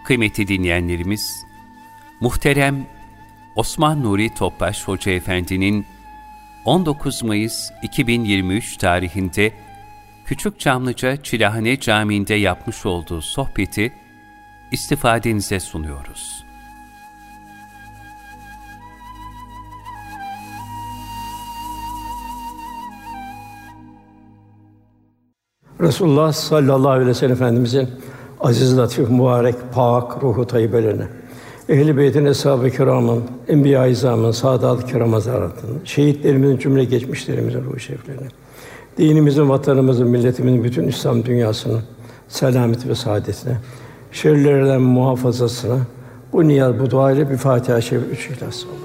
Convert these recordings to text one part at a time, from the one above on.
Kıymetli dinleyenlerimiz, muhterem Osman Nuri Topbaş Hoca Efendi'nin 19 Mayıs 2023 tarihinde Küçükçamlıca Çilahane Camii'nde yapmış olduğu sohbeti istifadenize sunuyoruz. Resulullah sallallahu aleyhi ve sellem Efendimizin aziz, latif, mübarek, pak ruhu tayyibelerine, ehl-i beytin, eshab-ı kiramın, enbiya-i izamın, saadat-ı kiram hazaratının, şehitlerimizin, cümle geçmişlerimizin ruhu şeriflerine, dinimizin, vatanımızın, milletimizin, bütün İslam dünyasının selameti ve saadetine, şerlerden muhafazasına, bu niyaz, bu dua ile bir Fatiha-i Şerif, 3 İhlas olsun.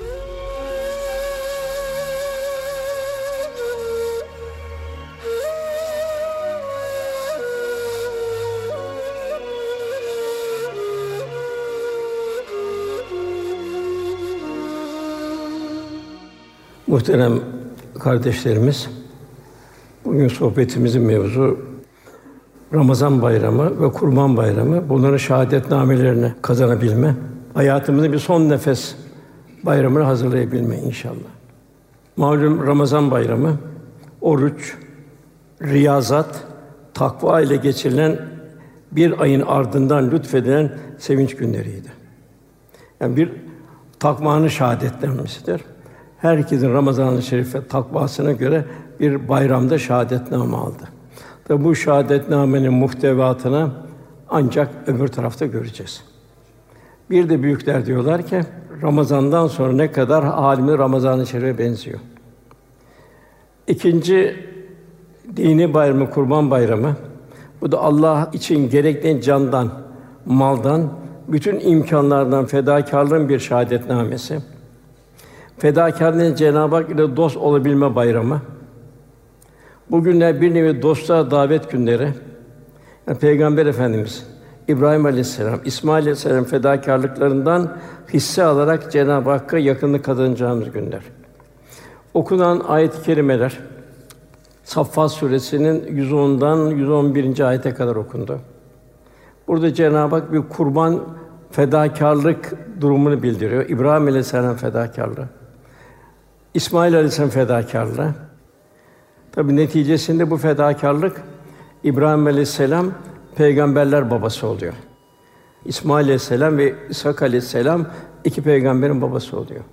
Muhterem kardeşlerimiz, bugün sohbetimizin mevzu Ramazan Bayramı ve Kurban Bayramı. Bunların şahadetnamelerini kazanabilme, hayatımızın bir son nefes bayramını hazırlayabilme inşallah. Malum Ramazan Bayramı, oruç, riyazat, takva ile geçirilen bir ayın ardından lütfedilen sevinç günleriydi. Yani bir takvanın şahadetnamesidir. Herkesin Ramazan-ı Şerif ve takvasına göre bir bayramda şahadetname aldı. Tabi bu şahadetnamenin muhtevatını ancak öbür tarafta göreceğiz. Bir de büyükler diyorlar ki Ramazan'dan sonra ne kadar halimiz Ramazan-ı Şerif'e benziyor. İkinci dini bayramı, Kurban Bayramı. Bu da Allah için gerekli candan, maldan, bütün imkânlardan fedakârlığın bir şahadetnamesi. Fedakârlığın Cenab-ı Hak ile dost olabilme bayramı. Bugünler bir nevi dostluğa davet günleri. Yani Peygamber Efendimiz İbrahim Aleyhisselam, İsmail Aleyhisselam fedakârlıklarından hisse alarak Cenab-ı Hakk'a yakınlık kazanacağımız günler. Okunan ayet-i kerimeler Saffat Sûresinin 110'dan 111. ayete kadar okundu. Burada Cenab-ı Hak bir kurban fedakârlık durumunu bildiriyor. İbrahim Aleyhisselam fedakârlığı, İsmail Aleyhisselam fedakârlığı. Tabii neticesinde bu fedakârlık İbrahim Aleyhisselam peygamberler babası oluyor. İsmail Aleyhisselam ve İshak Aleyhisselam iki peygamberin babası oluyor.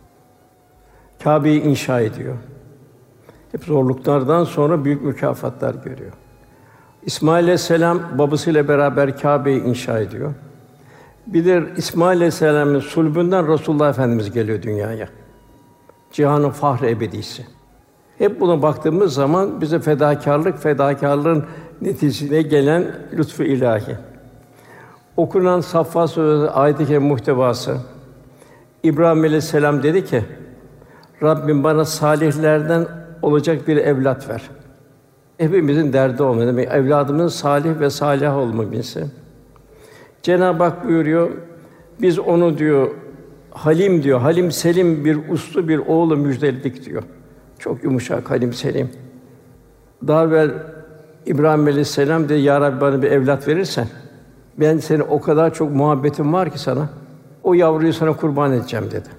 Kâbe'yi inşa ediyor. Hep zorluklardan sonra büyük mükafatlar görüyor. İsmail Aleyhisselam babasıyla beraber Kâbe'yi inşa ediyor. Bir de İsmail Aleyhisselam'ın sulbünden Resulullah Efendimiz geliyor dünyaya. Cihanın fahri ebedisi. Hep buna baktığımız zaman bize fedakârlığın neticesinde gelen lütfu ilahi. Okunan Saffat Sûresi ayet-i kerime muhtevası. İbrahim Aleyhisselam dedi ki: Rabbim bana salihlerden olacak bir evlat ver. Hepimizin derdi olmalı. Demek evladımızın salih ve sâliha olması. Cenab-ı Hak buyuruyor, biz onu diyor, Halim diyor, Halim Selim bir uslu bir oğlu müjdeledik diyor. Çok yumuşak, Halim Selim. Daha evvel İbrahim Aleyhisselam dedi, Ya Rabbi bana bir evlat verirsen, ben seni o kadar çok muhabbetim var ki sana, o yavruyu sana kurban edeceğim dedi.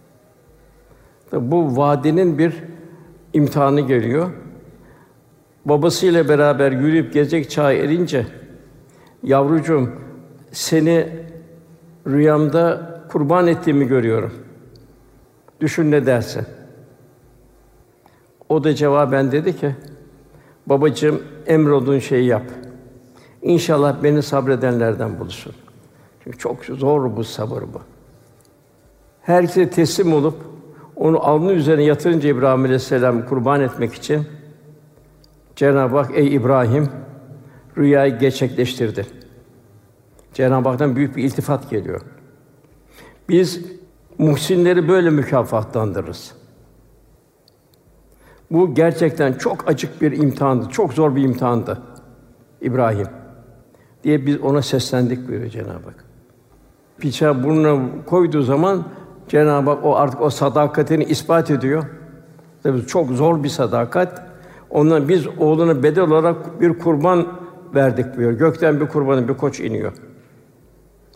Tabi bu vaadinin bir imtihanı geliyor. Babasıyla beraber yürüyüp gezecek çağa erince, yavrucuğum seni rüyamda kurban ettiğimi görüyorum. Düşün ne dersin? O da cevaben dedi ki, babacığım emrolunduğun şeyi yap. İnşallah beni sabredenlerden bulursun. Çünkü çok zor bu sabır bu. Herkese teslim olup onu alnının üzerine yatırınca İbrahim Aleyhisselam kurban etmek için Cenab-ı Hak ey İbrahim rüyayı gerçekleştirdi. Cenab-ı Hak'tan büyük bir iltifat geliyor. Biz muhsinleri böyle mükafatlandırırız. Bu gerçekten çok açık bir imtihandı, çok zor bir imtihandı İbrahim diye biz ona seslendik buyuruyor Cenab-ı Hak. Bıçağı burnuna koyduğu zaman Cenab-ı Hak o artık o sadakatini ispat ediyor. Tabii çok zor bir sadakat. Ondan biz oğluna bedel olarak bir kurban verdik buyuruyor. Gökten bir kurbanın bir koç iniyor.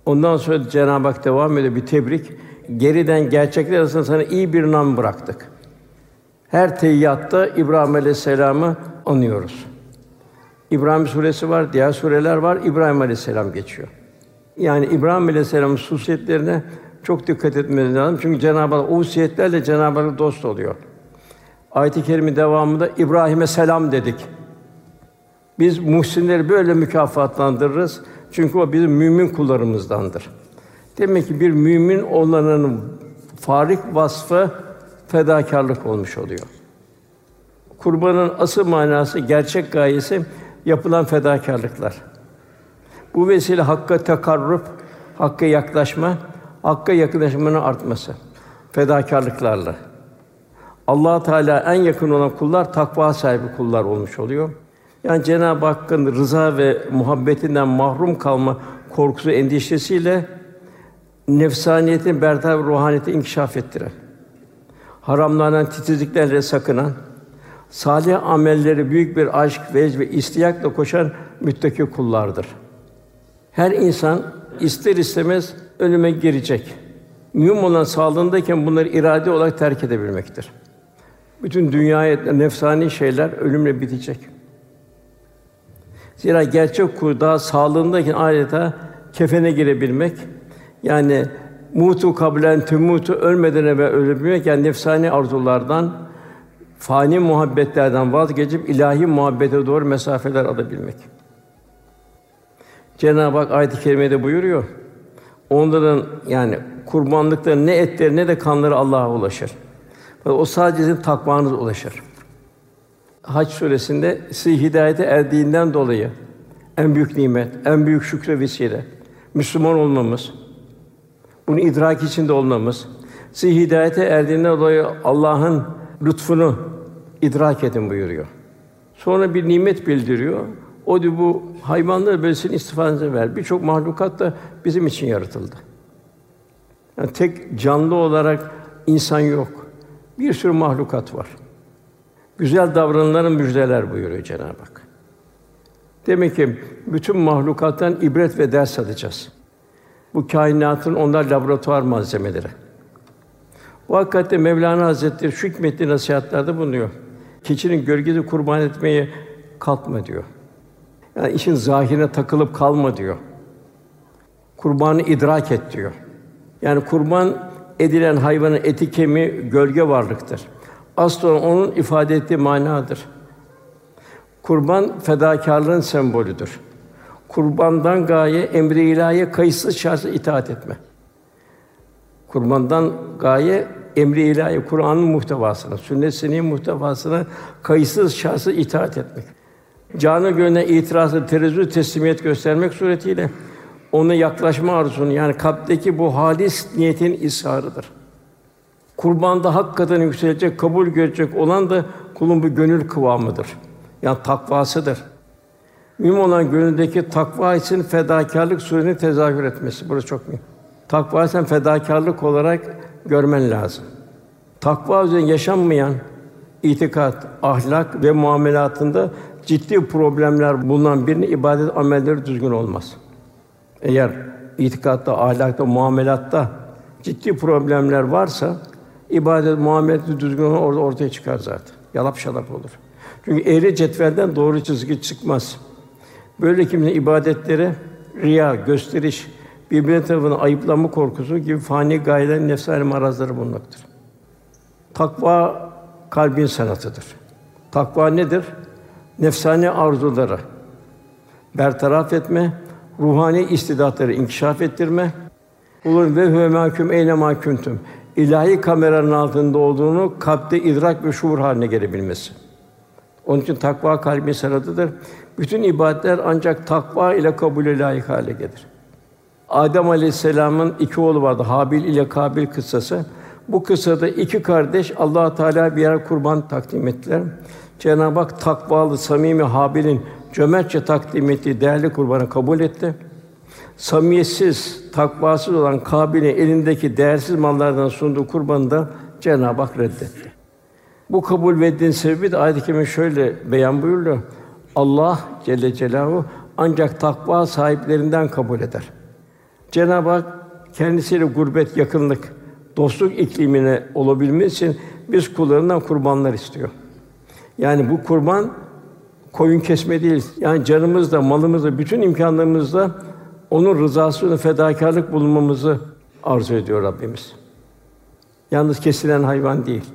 Ondan sonra Cenab-ı Hak devam ediyor, bir tebrik. Geriden gerçekler arasında sana iyi bir nam bıraktık. Her tehiyyatta İbrahim Aleyhisselam'ı anıyoruz. İbrahim suresi var, diğer sureler var. İbrahim Aleyhisselam geçiyor. Yani İbrahim Aleyhisselam'ın hususiyetlerine çok dikkat etmemiz lazım. Çünkü Cenab-ı Hak o hususiyetlerle Cenab-ı Hak dost oluyor. Ayet-i kerime devamında İbrahim'e selam dedik. Biz muhsinleri böyle mükafatlandırırız. Çünkü o bizim mümin kullarımızdandır. Demek ki bir mümin olanın farik vasfı fedakârlık olmuş oluyor. Kurbanın asıl manası, gerçek gayesi yapılan fedakârlıklar. Bu vesile Hakk'a tekarrub, Hakk'a yaklaşma, Hakk'a yaklaşmanın artması fedakârlıklarla. Allah Teala en yakın olan kullar takva sahibi kullar olmuş oluyor. Yani Cenab-ı Hakk'ın rıza ve muhabbetinden mahrum kalma korkusu, endişesiyle nefsaniyetin bertaraf, ruhaniyeti inkişaf ettiren, haramlardan titizliklerle sakınan, salih amelleri büyük bir aşk, vecd ve istiyakla koşan müttaki kullardır. Her insan ister istemez ölüme girecek. Mühim olan sağlığındayken bunları irade olarak terk edebilmektir. Bütün dünyaya nefsani şeyler ölümle bitecek. Zira gerçek kul daha sağlığındayken adeta kefene girebilmek, yani mutu kablen tumutu, ölmeden evvel ölebilmek, yani nefsani arzulardan, fani muhabbetlerden vazgeçip ilahi muhabbete doğru mesafeler alabilmek. Cenab-ı Hak ayet-i kerimede buyuruyor. Onların yani kurbanlıkları ne etleri ne de kanları Allah'a ulaşır. O sadece sizin takvanız ulaşır. Hac suresinde sizi hidayete erdiğinden dolayı en büyük nimet, en büyük şükre vesile Müslüman olmamız, bunu idrak içinde olmamız, sizi hidayete erdiğinden dolayı Allah'ın lütfunu idrak edin buyuruyor. Sonra bir nimet bildiriyor. O diyor bu hayvanları böyle sizin istifadenize ver. Birçok mahlukat da bizim için yaratıldı. Yani tek canlı olarak insan yok. Bir sürü mahlukat var. Güzel davrananların müjdeler buyuruyor Cenab-ı Hak. Demek ki bütün mahlukattan ibret ve ders alacağız. Bu kainatın onlar laboratuvar malzemeleri. Bu hakikatte Mevlana Hazretleri şu hikmetli nasihatlerde bulunuyor. Keçinin gölgesi kurban etmeye kalkma diyor. Yani işin zahirine takılıp kalma diyor. Kurbanı idrak et diyor. Yani kurban edilen hayvanın eti kemiği gölge varlıktır. Aslı onun ifade ettiği manadır. Kurban fedakârlığın sembolüdür. Kurbandan gaye emri ilahiye kayıtsız şartsız itaat etme. Kurbandan gaye emri ilahi, Kur'an'ın muhtevasına, sünnet-i seniyye muhtevasına kayıtsız şartsız itaat etmek. Canı gönlüne itirazı, terezzül, teslimiyet göstermek suretiyle ona yaklaşma arzusunu, yani kalpteki bu halis niyetin izharıdır. Kurbanda hakikaten yükselecek, kabul görecek olan da kulun bu gönül kıvamıdır. Yani takvasıdır. Mühim olan gönüldeki takva için fedakârlık suretini tezahür etmesi. Burası çok mühim. Takva sen fedakârlık olarak görmen lazım. Takva üzerine yaşanmayan itikat, ahlak ve muamelatında ciddi problemler bulunan birinin ibadet amelleri düzgün olmaz. Eğer itikatta, ahlakta, muamelatta ciddi problemler varsa ibadet, muameleti düzgün olan ortaya çıkar zaten. Yalap şalap olur. Çünkü eğri cetvelden doğru çizgi çıkmaz. Böyle kimsenin ibadetleri riya, gösteriş, birbirine tarafından ayıplanma korkusu gibi fani gayelerin nefsani marazları bulunmaktır. Takva kalbin sanatıdır. Takva nedir? Nefsani arzuları bertaraf etme, ruhani istidatları inkişaf ettirme, kulun ve huve mahkum eyne mahkuntum. İlahi kameranın altında olduğunu kalpte idrak ve şuur haline gelebilmesi. Onun için takva kalbin sanatıdır. Bütün ibadetler ancak takva ile kabule layık hale gelir. Adem Aleyhisselam'ın iki oğlu vardı. Habil ile Kabil kıssası. Bu kıssada iki kardeş Allah Teala bir yer kurban takdim ettiler. Cenab-ı Hak takvalı, samimi Habil'in cömertçe takdim ettiği değerli kurbanı kabul etti. Samimiyetsiz, takvasız olan Kabil'in elindeki değersiz mallardan sunduğu kurbanı da Cenab-ı Hak reddetti. Bu kabul ve reddin sebebi de ayet-i kerime şöyle beyan buyuruyor. Allah Celle Celaluhu ancak takva sahiplerinden kabul eder. Cenab-ı Hak kendisiyle gurbet, yakınlık, dostluk iklimine olabilmesi için biz kullarından kurbanlar istiyor. Yani bu kurban koyun kesme değil. Yani canımızla, malımızla, bütün imkânlarımızla onun rızasına fedakârlık bulunmamızı arzu ediyor Rabbimiz. Yalnız kesilen hayvan değil.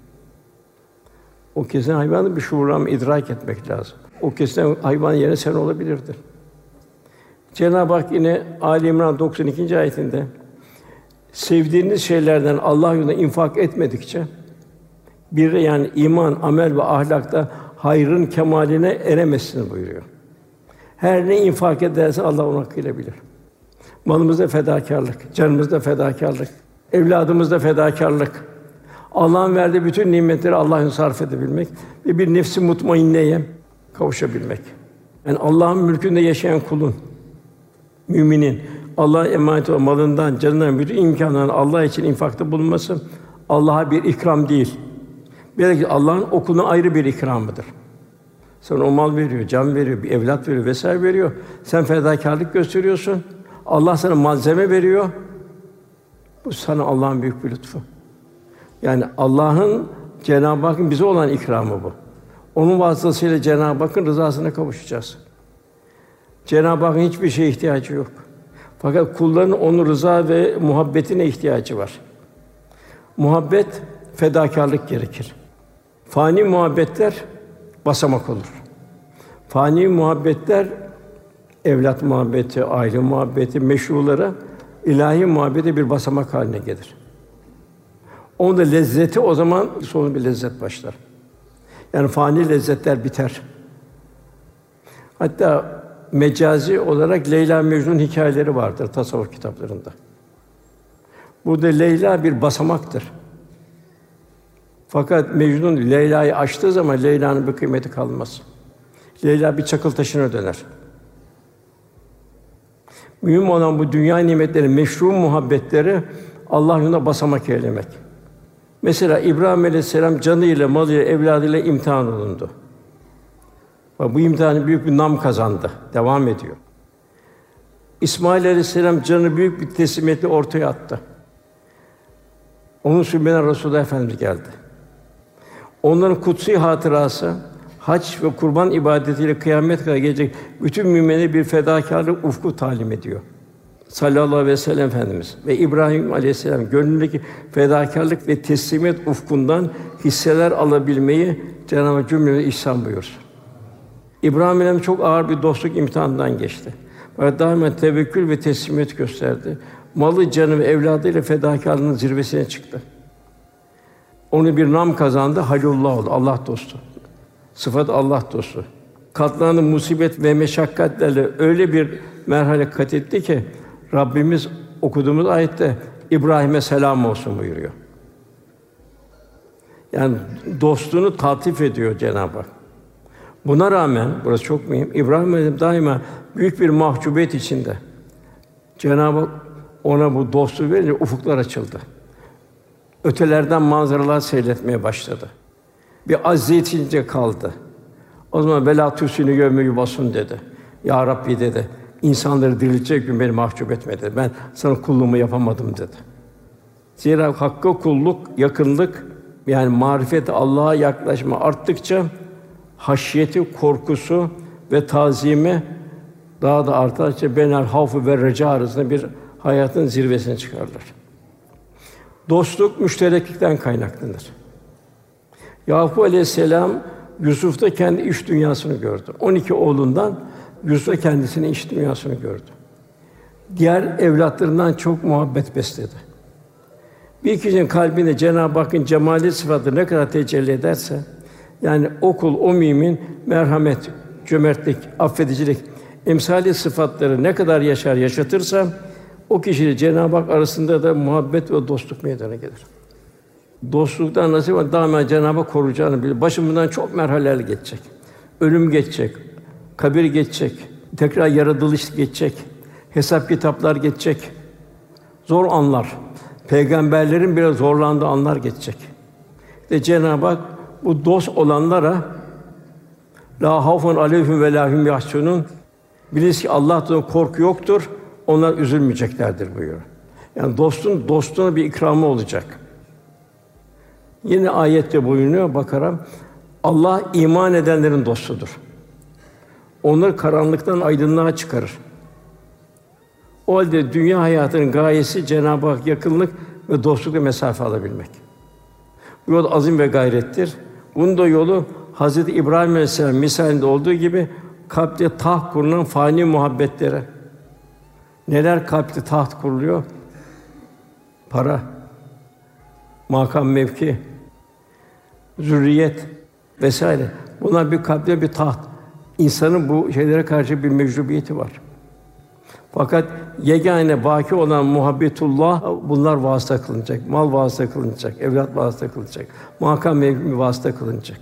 O kesilen hayvanı bir şuurla idrak etmek lazım. O kesilen hayvan yerine sen olabilirdin. Cenab-ı Hak yine Ali İmran 92. ayetinde sevdiğiniz şeylerden Allah yolunda infak etmedikçe bir yani iman, amel ve ahlakta hayrın kemaline eremezsiniz buyuruyor. Her ne infak edersen Allah onu hakkıyla bilir. Malımızda fedakârlık, canımızda fedakârlık, evladımızda fedakârlık, Allah'ın verdiği bütün nimetleri Allah yolunda sarf edebilmek ve bir nefs-i mutmainneye kavuşabilmek. Yani Allah'ın mülkünde yaşayan kulun, müminin Allah'a emanet olan malından, canından, bütün imkânlarını Allah için infakta bulunması Allah'a bir ikram değil. Belki Allah'ın o kuluna ayrı bir ikramıdır. Sana o mal veriyor, can veriyor, bir evlat veriyor vesaire veriyor. Sen fedakârlık gösteriyorsun. Allah sana malzeme veriyor. Bu sana Allah'ın büyük bir lütfu. Yani Allah'ın, Cenab-ı Hakk'ın bize olan ikramı bu. Onun vasıtasıyla Cenab-ı Hakk'ın rızasına kavuşacağız. Cenab-ı Hakk'ın hiçbir şeye ihtiyacı yok. Fakat kulların onun rıza ve muhabbetine ihtiyacı var. Muhabbet, fedakârlık gerekir. Fani muhabbetler basamak olur. Fani muhabbetler evlat muhabbeti, aile muhabbeti, meşrulara, ilahi muhabbete bir basamak haline gelir. Onun da lezzeti o zaman sonu bir lezzet başlar. Yani fani lezzetler biter. Hatta mecazi olarak Leyla Mecnun hikâyeleri vardır tasavvuf kitaplarında. Burada Leyla bir basamaktır. Fakat Mecnun Leyla'yı aştığı zaman Leyla'nın bir kıymeti kalmaz. Leyla bir çakıl taşına döner. Mühim olan bu dünya nimetleri, meşru muhabbetleri Allah yolunda basamak eylemek. Mesela İbrahim Aleyhisselam canıyla, malıyla, evladıyla imtihan olundu. Ve bu imtihanı büyük bir nam kazandı. Devam ediyor. İsmail Aleyhisselam canı büyük bir teslimiyetle ortaya attı. Onun sürmeden Resulullah Efendimiz geldi. Onların kutsi hatırası hac ve kurban ibadetiyle kıyamet kadar gelecek bütün müminlere bir fedakârlık ufku talim ediyor. Sallallahu aleyhi ve sellem Efendimiz ve İbrahim Aleyhisselam gönlündeki fedakârlık ve teslimiyet ufkundan hisseler alabilmeyi Cenab-ı Hak cümlemize ihsan buyursun. İbrahim Aleyhisselam çok ağır bir dostluk imtihanından geçti. Fakat daima tevekkül ve teslimiyet gösterdi. Malı, canı ve evladıyla fedakârlığın zirvesine çıktı. Onu bir nam kazandı, Halilullah oldu, Allah dostu. Sıfat Allah dostu. Katlanan musibet ve meşakkatlerle öyle bir merhale kat etti ki Rabbimiz okuduğumuz ayette İbrahim'e selam olsun buyuruyor. Yani dostluğunu tatif ediyor Cenab-ı Hak. Buna rağmen, burası çok mühim, İbrahim Aleyhisselam daima büyük bir mahcubiyet içinde. Cenab-ı Hak ona bu dostluğu verince ufuklar açıldı. Ötelerden manzaralar seyretmeye başladı. Bir acziyet içinde kaldı. O zaman velâ tüsînû yevme yub'asûn dedi. Ya Rabbi dedi, insanları diriltecek gün beni mahcup etme dedi. Ben sana kulluğumu yapamadım dedi. Zira hakka kulluk, yakınlık yani marifet Allah'a yaklaşma arttıkça haşyeti, korkusu ve tazimi daha da artarsa benel havfu ve reca arasında bir hayatın zirvesine çıkarlar. Dostluk müştereklikten kaynaklanır. Yakup Aleyhisselam Yusuf'ta kendi iç dünyasını gördü. 12 oğlundan Yusuf'ta kendisinin iç dünyasını gördü. Diğer evlatlarından çok muhabbet besledi. Bir kişinin kalbinde Cenab-ı Hakk'ın cemali sıfatı ne kadar tecelli ederse, yani o kul, o mümin merhamet, cömertlik, affedicilik, emsali sıfatları ne kadar yaşatırsa, o kişiyle Cenab-ı Hak arasında da muhabbet ve dostluk meydana gelir. Dostluktan nasip var, daima Cenab-ı Hak koruyacağını bilir. Başımızdan çok merhaleler geçecek. Ölüm geçecek, kabir geçecek, tekrar yaratılış geçecek, hesap kitaplar geçecek. Zor anlar, peygamberlerin bile zorlandığı anlar geçecek. Ve Cenab-ı Hak bu dost olanlara lâ havfun aleyhim ve lâ hum yahzunûn, biliriz ki Allah'tan korku yoktur. onlar üzülmeyeceklerdir buyuruyor. Yani dostun dostuna bir ikramı olacak. Yine ayette buyuruyor Bakara, Allah iman edenlerin dostudur. Onları karanlıktan aydınlığa çıkarır. O halde dünya hayatının gayesi Cenab-ı Hak yakınlık ve dostlukla mesafe alabilmek. Bu yol azim ve gayrettir. Bunun da yolu Hazreti İbrahim Aleyhisselam misalinde olduğu gibi kalpte taht kurulan fani muhabbetlere. Neler kalpte taht kuruluyor? Para, makam, mevki, zürriyet vesaire. Bunlar bir kalpte bir taht. İnsanın bu şeylere karşı bir mecburiyeti var. Fakat yegâne bâkî olan muhabbetullah bunlar vasıta kılınacak. Mal vasıta kılınacak, evlat vasıta kılınacak, makam mevki vasıta kılınacak.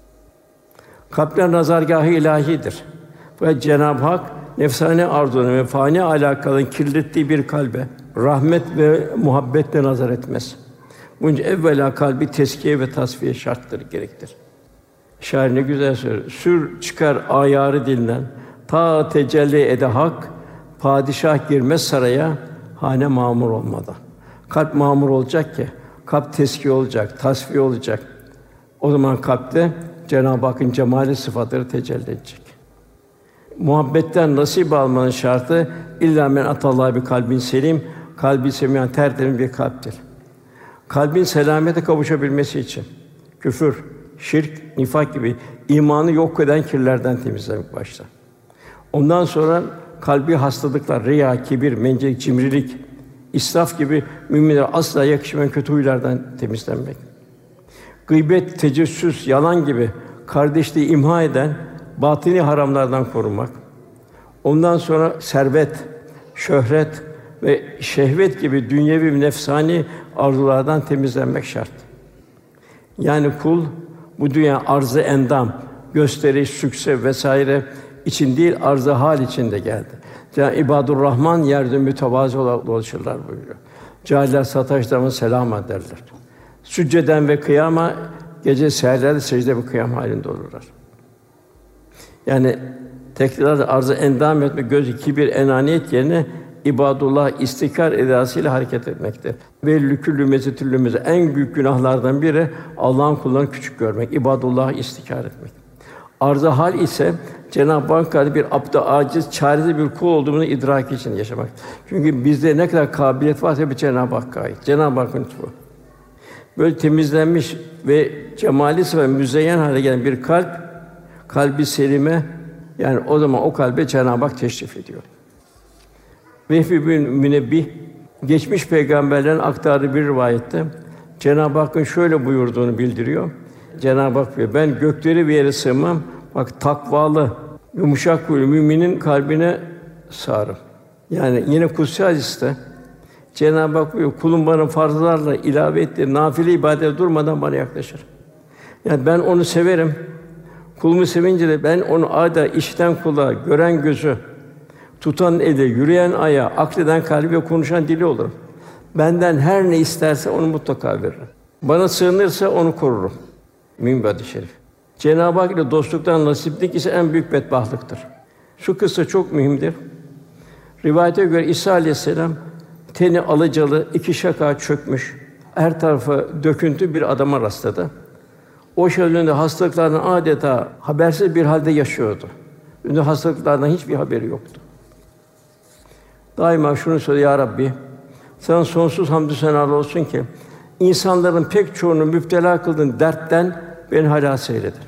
Kalpler nazargâh-ı ilâhidir. Ve Cenab-ı Hak nefsane arzularına ve fani alakaların kirlettiği bir kalbe rahmet ve muhabbetle nazar etmez. Bunun için evvela kalbi teskiye ve tasfiye şarttır, gerektir. Şair ne güzel söylüyor. Sür çıkar ayarı dilinden, ta tecelli ede hak, padişah girmez saraya, hane mamur olmadan. Kalp mamur olacak ki, kalp teskiye olacak, tasfiye olacak. O zaman kalpte Cenab-ı Hakk'ın cemali sıfatları tecelli edecek. Muhabbetten nasip almanın şartı illa men atallah bir kalbin selim, kalbi semin tertemiz bir kalptir. Kalbin selamete kavuşabilmesi için küfür, şirk, nifak gibi imanı yok eden kirlerden temizlemek başlar. Ondan sonra kalbi hastalıklar, riya, kibir, mencek, cimrilik, israf gibi müminlere asla yakışmayan kötü huylardan temizlenmek. Gıybet, tecessüs, yalan gibi kardeşliği imha eden batini haramlardan korunmak. Ondan sonra servet, şöhret ve şehvet gibi dünyevi ve nefsani arzulardan temizlenmek şart. Yani kul bu dünya arz-ı endam, gösteriş, sükse vesaire için değil, arz-ı hal içinde geldi. Cenab-ı İbadur Rahman yerde mütevazı olarak dolaşırlar buyuruyor. Cahiller sataşlarına selam ederler. Sücceden ve kıyama gece seherlerde secde ve kıyam halinde olurlar. Yani tekrar arz-ı endam etme, göz kibir, enaniyet yerine ibadullah istikrar edasıyla hareket etmektir. Ve lüküllü mezetüllümüze en büyük günahlardan biri Allah'ın kullarını küçük görmek, ibadullah istikrar etmek. Arz-ı hal ise Cenab-ı Hakk'a bir abd-ı aciz, çaresiz bir kul olduğumuzu idrak için yaşamak. Çünkü bizde ne kadar kabiliyet varsa hep Cenab-ı Hakk'a ait. Cenab-ı Hakk'ın lütfu. Böyle temizlenmiş ve cemali ve müzeyyen hale gelen bir kalp, kalbi selime, yani o zaman o kalbe Cenab-ı Hak teşrif ediyor. Vehbi bin Münebbih, geçmiş peygamberlerin aktardığı bir rivayette Cenab-ı Hakk'ın şöyle buyurduğunu bildiriyor. Cenab-ı Hak diyor, ben gökleri ve yere sığmam. Bak takvalı, yumuşak huylu müminin kalbine sığarım. Yani yine kutsi hadiste Cenab-ı Hak buyuruyor, kulum bana farzlarla ilave ettiği nafile ibadet durmadan bana yaklaşır. Yani ben onu severim. Kulumu sevince de ben onu adeta işiten kulağı, gören gözü, tutan eli, yürüyen ayağı, akleden kalbi ve konuşan dili olurum. Benden her ne isterse onu mutlaka veririm. Bana sığınırsa onu korurum. Mühim bir hadis-i şerif. Cenab-ı Hak ile dostluktan nasiplik ise en büyük bedbahtlıktır. Şu kıssa çok mühimdir. Rivayete göre İsa Aleyhisselam teni alıcalı, iki şaka çökmüş, her tarafa döküntü bir adama rastladı. O şöyle hastalıklardan adeta habersiz bir halde yaşıyordu. Ünlü hastalıklardan hiçbir haberi yoktu. Daima şunu söylüyor: Ya Rabbi, sana sonsuz hamdü senalar olsun ki insanların pek çoğunu müptela kıldığın dertten beni halas eyledin.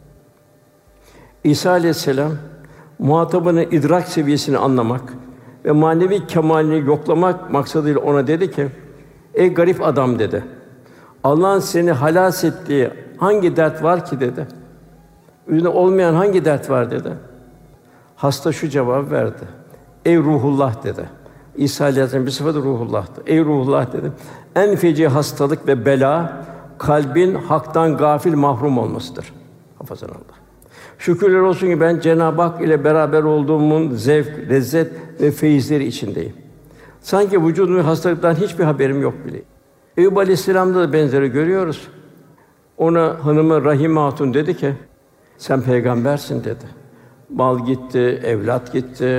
İsa Aleyhisselam muhatabının idrak seviyesini anlamak ve manevi kemâlini yoklamak maksadıyla ona dedi ki: Ey garip adam dedi. Allah'ın seni halas ettiği hangi dert var ki dedi. Üzerinde olmayan hangi dert var dedi. Hasta şu cevabı verdi: Ey ruhullah dedi. İsa Aleyhisselam bir sıfatı ruhullah'tı. Ey ruhullah dedi. En feci hastalık ve bela kalbin haktan gafil mahrum olmasıdır. Hafazanallah. Şükürler olsun ki ben Cenab-ı Hak ile beraber olduğumun zevk, lezzet ve feyizleri içindeyim. Sanki vücudumun hastalıktan hiçbir haberim yok bile. Eyüp Aleyhisselam'da da benzeri görüyoruz. Ona hanımı Rahime Hatun dedi ki, sen peygambersin dedi. Mal gitti, evlat gitti,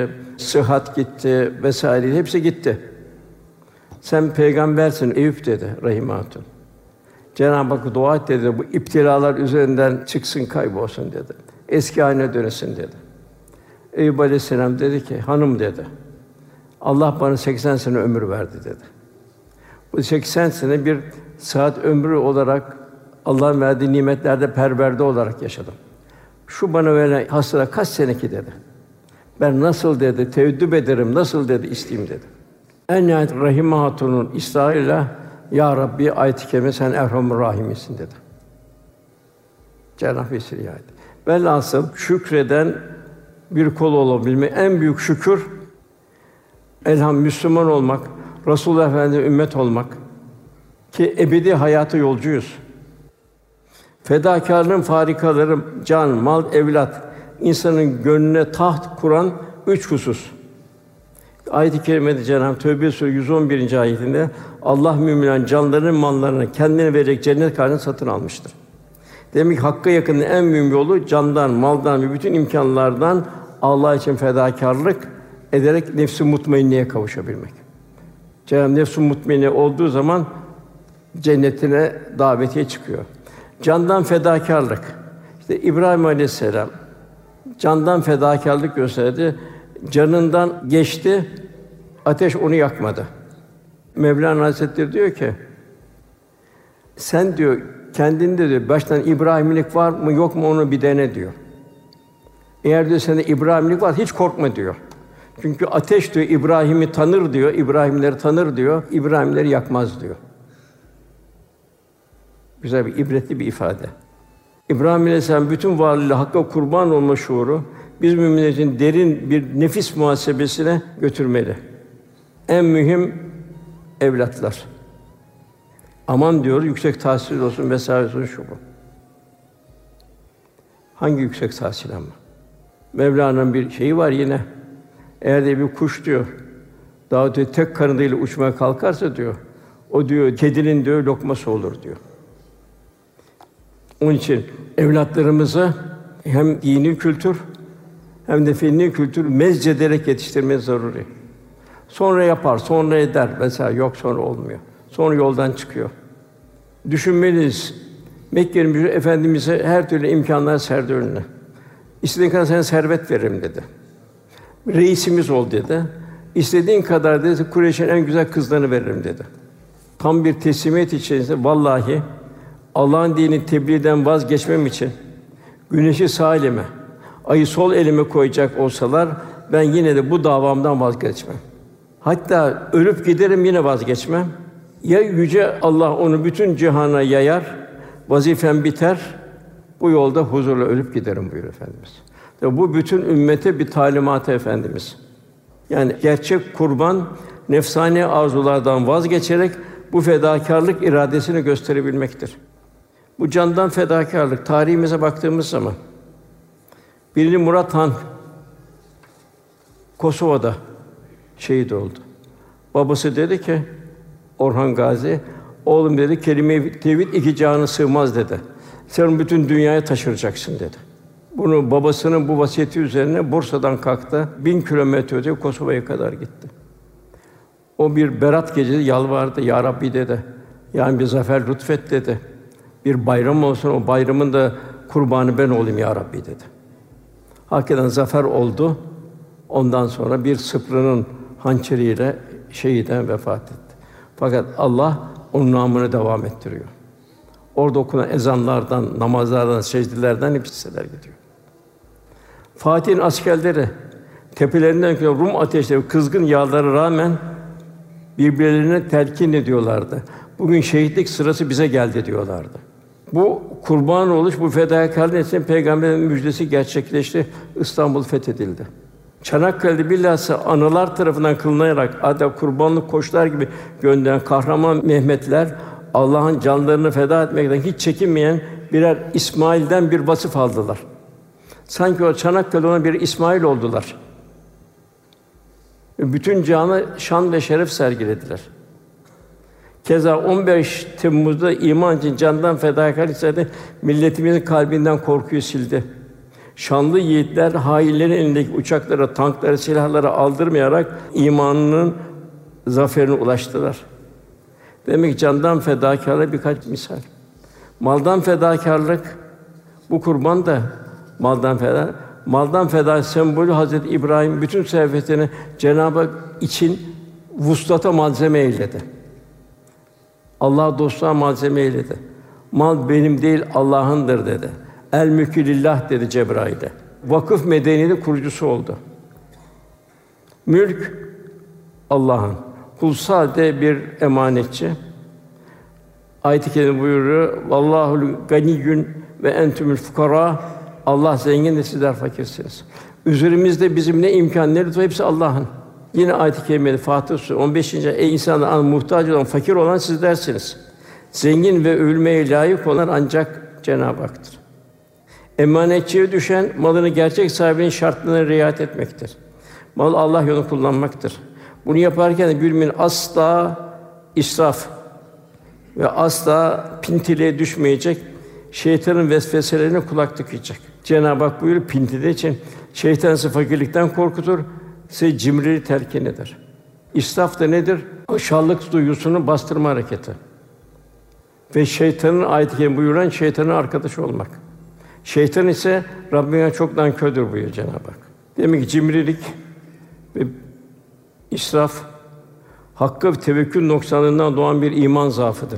sıhhat gitti vesaire hepsi gitti. Sen peygambersin Eyüp dedi Rahime Hatun. Cenab-ı Hak dua et dedi, bu iptilalar üzerinden çıksın, kaybolsun dedi. Eski haline dönesin dedi. Eyüp Aleyhisselam dedi ki, hanım dedi, Allah bana 80 sene ömür verdi dedi. Bu 80 sene bir saat ömrü olarak Allah'ın verdiği nimetlerde perverde olarak yaşadım. Şu bana verilen hastalık kaç seneki dedi. Ben nasıl dedi, teeddüp ederim, nasıl dedi, isteyeyim dedi. En nihayet Rahime Hatun'un ısrarıyla, Ya Rabbi ayet-i kerime sen Erhamur Rahim'sin dedi. Cenab-ı Hak riayet. Velhasıl şükreden bir kul olabilmek, en büyük şükür Müslüman olmak, Resulullah Efendimiz'e ümmet olmak ki ebedi hayata yolcuyuz. Fedakârlığın farikaları can, mal, evlat, insanın gönlüne taht kuran 3 husus. Ayet-i kerimede Cenab-ı Hak Tevbe Suresi 111. ayetinde Allah müminlerin canlarını, mallarını kendine verecek cennet karşılığında satın almıştır. Demek ki hakka yakının en mühim yolu candan, maldan ve bütün imkânlardan Allah için fedakârlık ederek nefs-i mutmainneye kavuşabilmek. Cenab-ı nefs-i mutmainne olduğu zaman cennetine davetiye çıkıyor. Candan fedakârlık. İşte İbrahim Aleyhisselam candan fedakârlık gösterdi. Canından geçti, ateş onu yakmadı. Mevlana Hazretleri diyor ki, sen diyor kendinde diyor baştan İbrahimlik var mı yok mu onu bir dene diyor. Eğer diyor sende İbrahimlik var hiç korkma diyor. Çünkü ateş diyor İbrahim'i tanır diyor, İbrahimleri tanır diyor, İbrahimleri yakmaz diyor. Güzel bir ibretli bir ifade. İbrahim Aleyhisselam bütün varlığıyla Hakk'a kurban olma şuuru biz müminler için derin bir nefis muhasebesine götürmeli. En mühim evlatlar. Aman diyor yüksek tahsil olsun vesaire olsun şu bu. Hangi yüksek tahsil ama? Mevlana'nın bir şeyi var yine. Eğer de bir kuş diyor, daha diyor, tek kanadıyla uçmaya kalkarsa diyor, o diyor kedinin diyor lokması olur diyor. Onun için evlatlarımızı hem dini kültür hem de fenni kültür mezcederek yetiştirmemiz zaruri. Sonra yapar, sonra eder vesaire yok sonra olmuyor. Sonra yoldan çıkıyor. Düşünmeliyiz. Mekke'nin Efendimiz'e her türlü imkânlar serdi önüne. İstediğin kadar sana servet veririm dedi. Reisimiz ol dedi. İstediğin kadar dedi Kureyş'in en güzel kızlarını veririm dedi. Tam bir teslimiyet içerisinde vallahi Allah'ın dinini tebliğden vazgeçmem için güneşi sağ elime, ayı sol elime koyacak olsalar ben yine de bu davamdan vazgeçmem. Hatta ölüp giderim yine vazgeçmem. Ya yüce Allah onu bütün cihana yayar, vazifem biter. Bu yolda huzurla ölüp giderim buyuruyor Efendimiz. Tabi bu bütün ümmete bir talimatı Efendimiz. Yani gerçek kurban nefsani arzulardan vazgeçerek bu fedakârlık iradesini gösterebilmektir. Bu candan fedakârlık tarihimize baktığımız zaman 1. Murat Han Kosova'da şehit oldu. Babası dedi ki Orhan Gazi, oğlum dedi kelime-i tevhid 2 cihana sığmaz dedi. Sen bütün dünyaya taşıracaksın dedi. Bunu babasının bu vasiyeti üzerine Bursa'dan kalktı. 1000 kilometre öte Kosova'ya kadar gitti. O bir berat gecesi yalvardı. Ya Rabbi dedi. Yani bir zafer lütfet dedi. Bir bayram olsun, o bayramın da kurbanı ben olayım ya Rabbi dedi. Hakikaten zafer oldu. Ondan sonra bir Sıprı'nın hançeriyle şehiden vefat etti. Fakat Allah onun namını devam ettiriyor. Orada okunan ezanlardan, namazlardan, secdelerden hep hisseler gidiyor. Fatih'in askerleri tepelerinden Rum ateşleri, kızgın yağlara rağmen birbirlerine telkin ediyorlardı. Bugün şehitlik sırası bize geldi diyorlardı. Bu kurban oluş, bu fedakârlığın için Peygamber'in müjdesi gerçekleşti. İstanbul fethedildi. Çanakkale'de bilhassa analar tarafından kılınarak adeta kurbanlık koçlar gibi gönderen kahraman Mehmetler Allah'ın canlarını feda etmekten hiç çekinmeyen birer İsmail'den bir vasıf aldılar. Sanki o Çanakkale ona bir İsmail oldular. Bütün canı şan ve şeref sergilediler. Keza 15 Temmuz'da iman için candan fedakârlık istedi, milletimizin kalbinden korkuyu sildi. Şanlı yiğitler hainlerin elindeki uçaklara, tanklara, silahlara aldırmayarak imanının zaferine ulaştılar. Demek ki candan fedakârlık birkaç misal. Maldan fedakârlık, bu kurban da maldan feda. Maldan feda sembolü Hazreti İbrahim bütün servetini Cenab-ı Hak için vuslata malzeme eyledi. Allah dostluğa malzeme eyledi. Mal benim değil Allah'ındır dedi. El mülkü lillah dedi Cebrail'e. Vakıf medeniyeti kurucusu oldu. Mülk Allah'ın. Kul sadece bir emanetçi. Ayet-i kerime buyuruyor: "Vallahul ganiyyun ve entumul fukara." Allah zengin de sizler fakirsiniz. Üzerimizde bizim ne imkânlarımız var, hepsi Allah'ın. Yine ayet-i kerimede Fatır Suresi 15. Ey insanlar, muhtaç olan, fakir olan sizlersiniz. Zengin ve övülmeye layık olan ancak Cenab-ı Hak'tır. Emanetçiye düşen malını gerçek sahibinin şartlarına riayet etmektir. Mal Allah yolunda kullanmaktır. Bunu yaparken de mümin asla israf ve asla pintiliğe düşmeyecek, şeytanın vesveselerine kulak tıkayacak. Cenab-ı Hak buyuruyor, pintili için şeytan sizi fakirlikten korkutur, sizi cimriliği telkin eder. İsraf da nedir? Aşağılık duygusunu bastırma hareketi. Ve şeytanın ayet-i kerime buyuran şeytanın arkadaşı olmak. Şeytan ise Rabbine çok nankördür buyuruyor Cenab-ı Hak. Demek ki cimrilik ve israf hakka ve tevekkül noksanlığından doğan bir iman zaafıdır.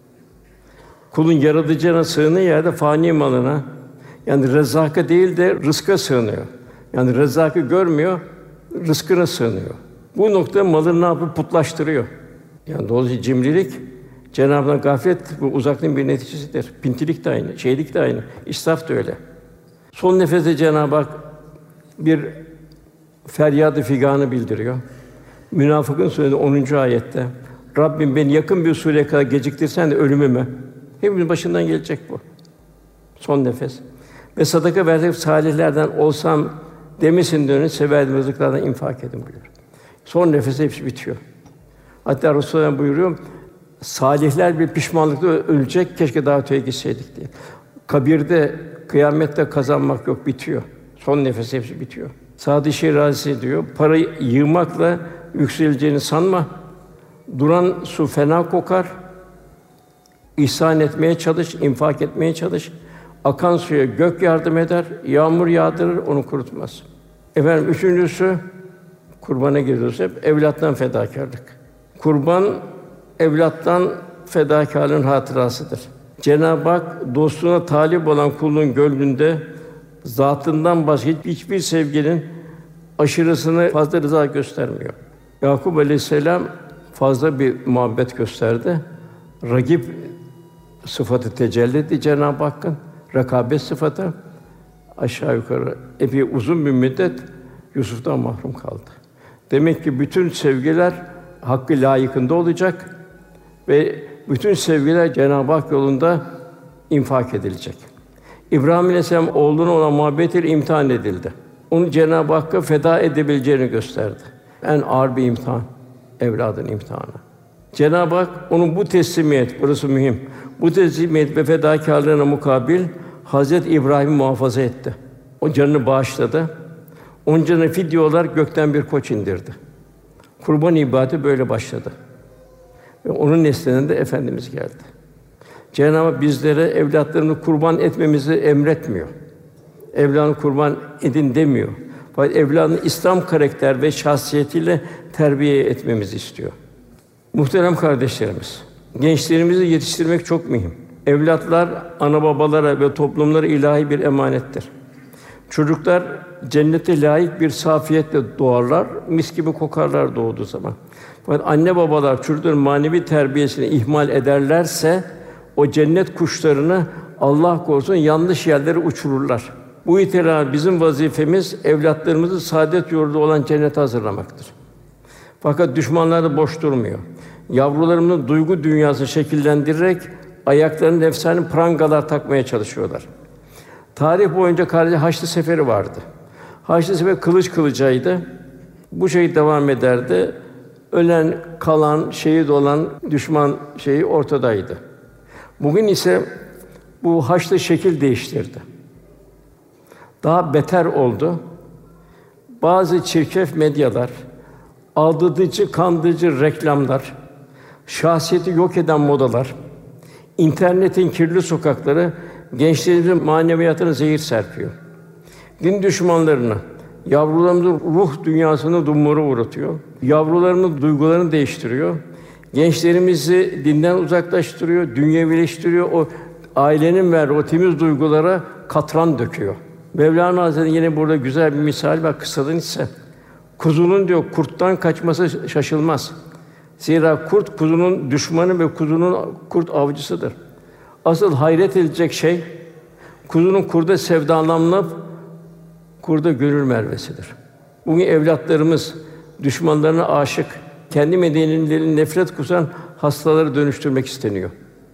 Kulun yaratıcına sığındığı yerde fani malına, yani Rezzak'a değil de rızka sığınıyor. Yani Rezzak'ı görmüyor, rızkına sığınıyor. Bu noktada malını ne yapıp putlaştırıyor. Yani dolayısıyla cimrilik Cenab-ı Hak gaflet ve uzaklığın bir neticesidir. Pintilik de aynı, şeylik de aynı, israf da öyle. Son nefeste Cenab-ı Hak bir feryadı figanı bildiriyor. Münafıkın söylediği 10. ayette Rabbim beni yakın bir süreye kadar geciktirsen de ölümüme. Hepimizin başından gelecek bu. Son nefes. Ve sadaka verecek salihlerden olsam demesinden önce severdim rızıklardan infak edin buyuruyor. Son nefeste hepsi bitiyor. Hatta Resulullah buyuruyor, salihler bir pişmanlıkla ölecek, keşke daha öteye gitseydik diye. Kabirde, kıyamette kazanmak yok, bitiyor. Son nefes hepsi bitiyor. Sâd-ı Şirazi diyor, parayı yığmakla yükseleceğini sanma. Duran su fena kokar. İhsan etmeye çalış, infak etmeye çalış. Akan suya gök yardım eder, yağmur yağdırır, onu kurutmaz. Efendim üçüncüsü, kurbana giriyoruz hep, evlattan fedakârlık. Kurban, evlattan fedakârlığın hatırasıdır. Cenab-ı Hak dostluğuna talip olan kulun gönlünde zatından başka hiçbir sevginin aşırısını fazla rıza göstermiyor. Yakûb Aleyhisselam fazla bir muhabbet gösterdi. Ragip sıfatı tecelli etti Cenab-ı Hakk'ın, rekabet sıfatı. Aşağı yukarı epey uzun bir müddet Yusuf'tan mahrum kaldı. Demek ki bütün sevgiler hakkı layıkında olacak ve bütün sevgiler Cenab-ı Hak yolunda infak edilecek. İbrahim Aleyhisselam oğluna olan muhabbetiyle imtihan edildi. Onu Cenab-ı Hakk'a feda edebileceğini gösterdi. En ağır bir imtihan, evladın imtihanı. Cenab-ı Hak onun bu teslimiyet, burası mühim. Bu teslimiyet ve fedakârlığına mukabil Hazreti İbrahim'i muhafaza etti. O canını bağışladı. Onun canına fidye olarak gökten bir koç indirdi. Kurban ibadeti böyle başladı. Ve onun neslinden de Efendimiz geldi. Cenab-ı Hak bizlere evlatlarını kurban etmemizi emretmiyor. Evladını kurban edin demiyor. Fakat evladını İslam karakter ve şahsiyetiyle terbiye etmemizi istiyor. Muhterem kardeşlerimiz, gençlerimizi yetiştirmek çok mühim. Evlatlar ana babalara ve toplumlara ilahi bir emanettir. Çocuklar cennete layık bir safiyetle doğarlar, mis gibi kokarlar doğduğu zaman. Fakat anne babalar çocukların manevi terbiyesini ihmal ederlerse o cennet kuşlarını Allah korusun yanlış yerlere uçururlar. Bu itibarla bizim vazifemiz evlatlarımızı saadet yurdu olan cennete hazırlamaktır. Fakat düşmanlar da boş durmuyor. Yavrularımızın duygu dünyasını şekillendirerek ayaklarına efsane prangalar takmaya çalışıyorlar. Tarih boyunca kardeşler Haçlı Seferi vardı. Haçlı Seferi kılıç kılıcaydı. Bu şey devam ederdi. Ölen, kalan, şehit olan düşman şeyi ortadaydı. Bugün ise bu Haçlı şekil değiştirdi. daha beter oldu. Bazı çirkef medyalar, aldatıcı, kandırıcı reklamlar, şahsiyeti yok eden modalar, internetin kirli sokakları gençlerimizin maneviyatına zehir serpiyor. Din düşmanlarını, yavrularımızın ruh dünyasını dumura uğratıyor. Yavrularımızın duygularını değiştiriyor. Gençlerimizi dinden uzaklaştırıyor, dünyevileştiriyor. O ailenin verdiği o temiz duygulara katran döküyor. Mevlana Hazretleri yine burada güzel bir misal var, kıssadan ise. Kuzunun diyor kurttan kaçması şaşılmaz. Zira kurt kuzunun düşmanı ve kuzunun kurt avcısıdır. Asıl hayret edilecek şey kuzunun kurda sevdalanıp kurda gönül mervesidir. Bugün evlatlarımız düşmanlarına aşık, kendi medeniyetlerini nefret kusan hastalara dönüştürmek isteniyor.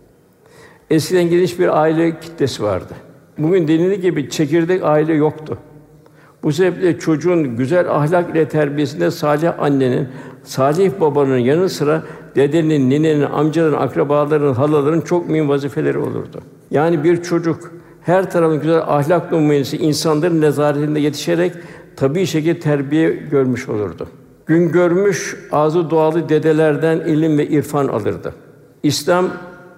Eskiden geniş bir aile kitlesi vardı. Bugün denildiği gibi çekirdek aile yoktu. Bu sebeple çocuğun güzel ahlak ile terbiyesinde salih annenin, salih babanın yanı sıra dedenin, ninenin, amcaların, akrabaların, halaların çok mühim vazifeleri olurdu. Yani bir çocuk her tarafın güzel ahlak numunesi insanların nezaretinde yetişerek tabii şekilde terbiye görmüş olurdu. Gün görmüş ağzı dualı dedelerden ilim ve irfan alırdı. İslam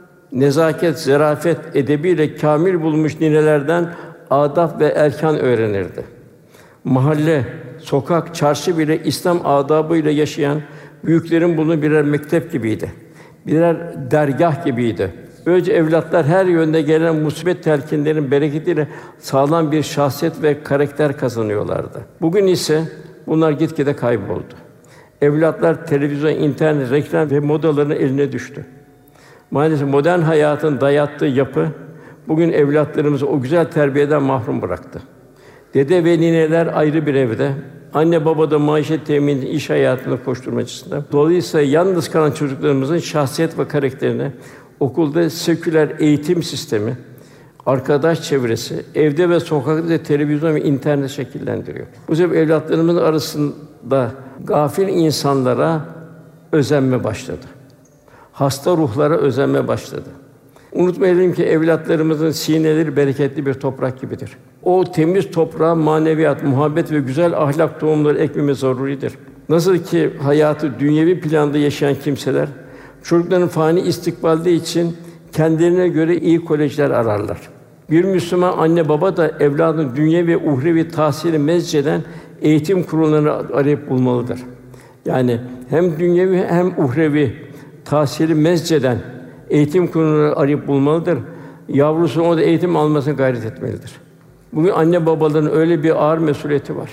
nezaket, zarafet edebiyle kâmil bulmuş ninelerden adab ve erkan öğrenirdi. Mahalle, sokak, çarşı bile İslam adabıyla yaşayan büyüklerin bulunduğu birer mektep gibiydi. Birer dergâh gibiydi. Böylece evlatlar her yönde gelen musibet telkinlerin bereketiyle sağlam bir şahsiyet ve karakter kazanıyorlardı. Bugün ise bunlar gitgide kayboldu. Evlatlar televizyon, internet, reklam ve modaların eline düştü. Maalesef modern hayatın dayattığı yapı bugün evlatlarımızı o güzel terbiyeden mahrum bıraktı. Dede ve nineler ayrı bir evde, anne baba da maişet temini, iş hayatında koşturmacısında. Dolayısıyla yalnız kalan çocuklarımızın şahsiyet ve karakterini okulda seküler eğitim sistemi, arkadaş çevresi, evde ve sokakta da televizyon ve internet şekillendiriyor. Bu sebeple evlatlarımızın arasında gafil insanlara özenme başladı. Hasta ruhlara özenme başladı. Unutmayalım ki evlatlarımızın sineleri bereketli bir toprak gibidir. O temiz toprağa maneviyat, muhabbet ve güzel ahlak tohumları ekmemiz zaruridir. Nasıl ki hayatı dünyevi planda yaşayan kimseler çocukların fani istikbalde için kendilerine göre iyi kolejler ararlar. Bir Müslüman anne baba da evladının dünyevi ve uhrevi tahsili mezceden eğitim kurumlarını arayıp bulmalıdır. Yani hem dünyevi hem uhrevi tahsili mezceden eğitim kurumları arayıp bulmalıdır. Yavrusunun orada eğitim almasına gayret etmelidir. Bugün anne babaların öyle bir ağır mesuliyeti var.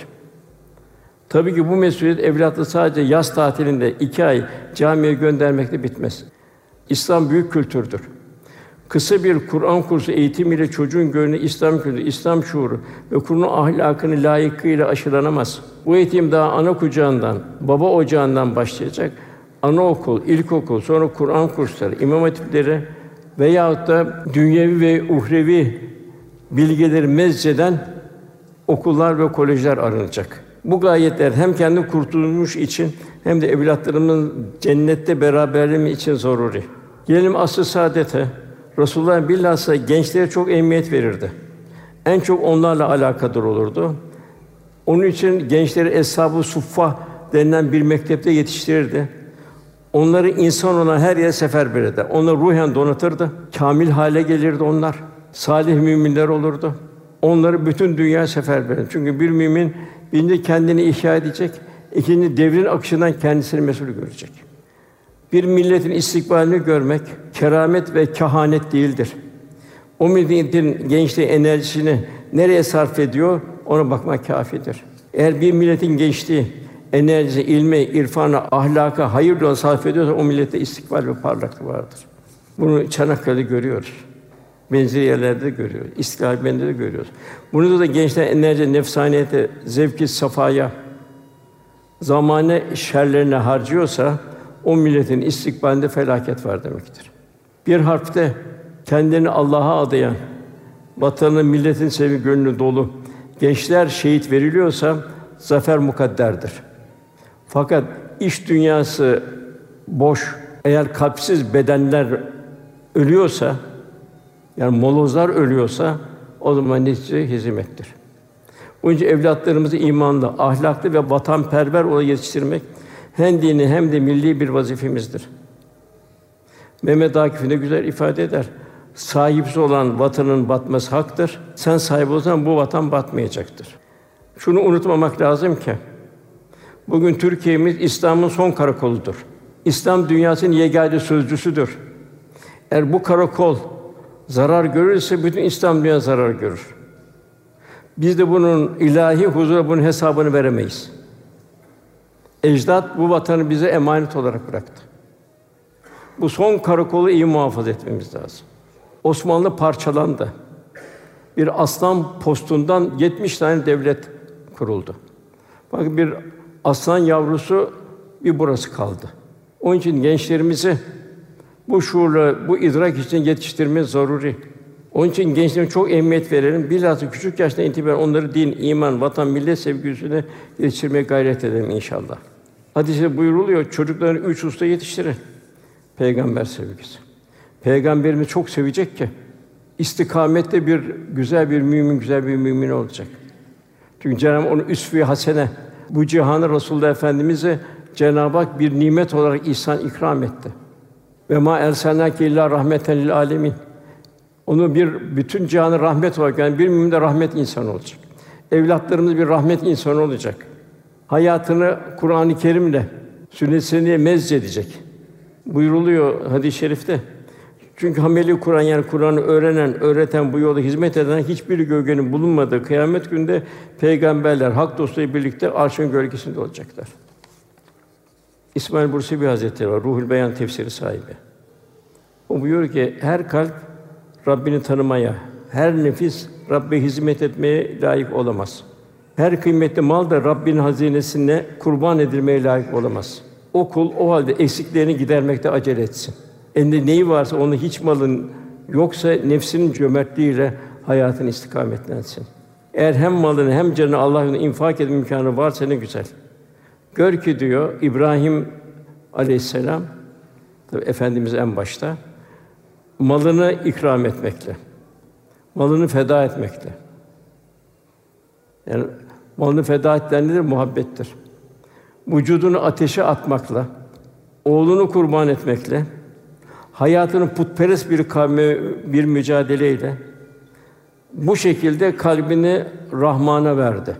Tabii ki bu mesuliyet evlatı sadece yaz tatilinde 2 ay camiye göndermekle bitmez. İslam büyük kültürdür. Kısa bir Kur'an kursu eğitimiyle çocuğun gönlü İslam kültürü, İslam şuuru ve Kur'an ahlakını layıkıyla aşılanamaz. Bu eğitim daha ana kucağından, baba ocağından başlayacak. Anaokul, ilkokul, sonra Kur'an kursları, imam hatipleri veyahut da dünyevi ve uhrevi bilgileri mezceden okullar ve kolejler aranacak. Bu gayetler hem kendi kurtulmuş için hem de evlatlarımızın cennette beraberliği için zaruri. Gelelim asr-ı saadete. Resulullah bilhassa gençlere çok ehemmiyet verirdi. En çok onlarla alakadar olurdu. Onun için gençleri Eshab-ı Suffah denilen bir mektepte yetiştirirdi. Onları insan olan her yere seferber eder. Onları ruhen donatırdı. Kâmil hale gelirdi onlar. Salih müminler olurdu. Onları bütün dünyaya seferber eder. Çünkü bir mümin birinci kendini ihya edecek, ikinci devrin akışından kendisini mesul görecek. Bir milletin istikbalini görmek keramet ve kehanet değildir. O milletin gençliği enerjisini nereye sarf ediyor, ona bakmak kâfidir. Eğer bir milletin gençliği enerjisi, ilme, irfana, ahlaka, hayır yoluna sarf ediyorsa o millette istikbal ve parlaklık vardır. Bunu Çanakkale'de görüyoruz. Benzeri yerlerde de görüyoruz. İstiklal Bende'de de görüyoruz. Bunu da gençler enerji, nefsaniyete, zevk-i safaya, zamane şerlerine harcıyorsa o milletin istikbalinde felaket var demektir. Bir harpte kendini Allah'a adayan, vatanın, milletin sevgi gönlü dolu gençler şehit veriliyorsa zafer mukadderdir. Fakat iş dünyası boş, eğer kalpsiz bedenler ölüyorsa, yani molozlar ölüyorsa o zaman netice hezimettir. Onun için evlatlarımızı imanlı, ahlaklı ve vatanperver olarak yetiştirmek hem dini hem de milli bir vazifemizdir. Mehmet Akif ne güzel ifade eder. Sahipsiz olan vatanın batması haktır. Sen sahip olsan bu vatan batmayacaktır. Şunu unutmamak lazım ki bugün Türkiye'miz İslam'ın son karakoludur. İslam dünyasının yegâne sözcüsüdür. Eğer bu karakol zarar görürse bütün İslam dünyası zarar görür. Biz de bunun ilahi huzura bunun hesabını veremeyiz. Ecdat bu vatanı bize emanet olarak bıraktı. Bu son karakolu iyi muhafaza etmemiz lazım. Osmanlı parçalandı. Bir aslan postundan 70 tane devlet kuruldu. Bakın bir aslan yavrusu bir burası kaldı. Onun için gençlerimizi bu şuurla, bu idrak için yetiştirmemiz zaruri. Onun için gençlerime çok ehemmiyet verelim. Bilhassa küçük yaştan itibaren onları din, iman, vatan, millet sevgisine yetiştirmeye gayret edelim inşallah. Hadis-i buyuruluyor, çocukları 3 hususta yetiştirin. Peygamber sevgisi. Peygamberimiz çok sevecek ki istikamette bir güzel bir mümin olacak. Çünkü Cenab-ı Hak onu üsve-i hasene, bu cihanı Resulullah Efendimiz'e Cenab-ı Hak bir nimet olarak ihsan ikram etti. Ve ma erselnâke illâ rahmeten lil âlemin. Onu bir bütün cihanı rahmet olarak, yani bir mümin de rahmet insanı olacak. Evlatlarımız bir rahmet insanı olacak. Hayatını Kur'an-ı Kerim'le, sünnet-i mezcedecek. Buyuruluyor hadis-i şerifte. Çünkü hameli Kur'an, yani Kur'an'ı öğrenen, öğreten, bu yolda hizmet eden hiçbir gölgenin bulunmadığı kıyamet gününde peygamberler, hak dostları birlikte arşın gölgesinde olacaklar. İsmail Bursevi Hazretleri var, Ruhul Beyan tefsiri sahibi. O buyuruyor ki her kalp Rabbini tanımaya, her nefis Rabbe hizmet etmeye layık olamaz. Her kıymetli mal da Rabbin hazinesine kurban edilmeye layık olamaz. O kul o halde eksiklerini gidermekte acele etsin. Elinde neyi varsa onu, hiç malın yoksa nefsinin cömertliğiyle hayatını istikametlensin. Eğer hem malını hem canını Allah yolunda infak etme imkânı varsa ne güzel. Gör ki diyor İbrahim Aleyhisselam, tabii Efendimiz en başta, malını ikram etmekle, malını feda etmekle. Yani malını feda ettiğinde de muhabbettir. Vücudunu ateşe atmakla, oğlunu kurban etmekle, hayatını putperest bir kavme bir mücadeleyle bu şekilde kalbini Rahman'a verdi.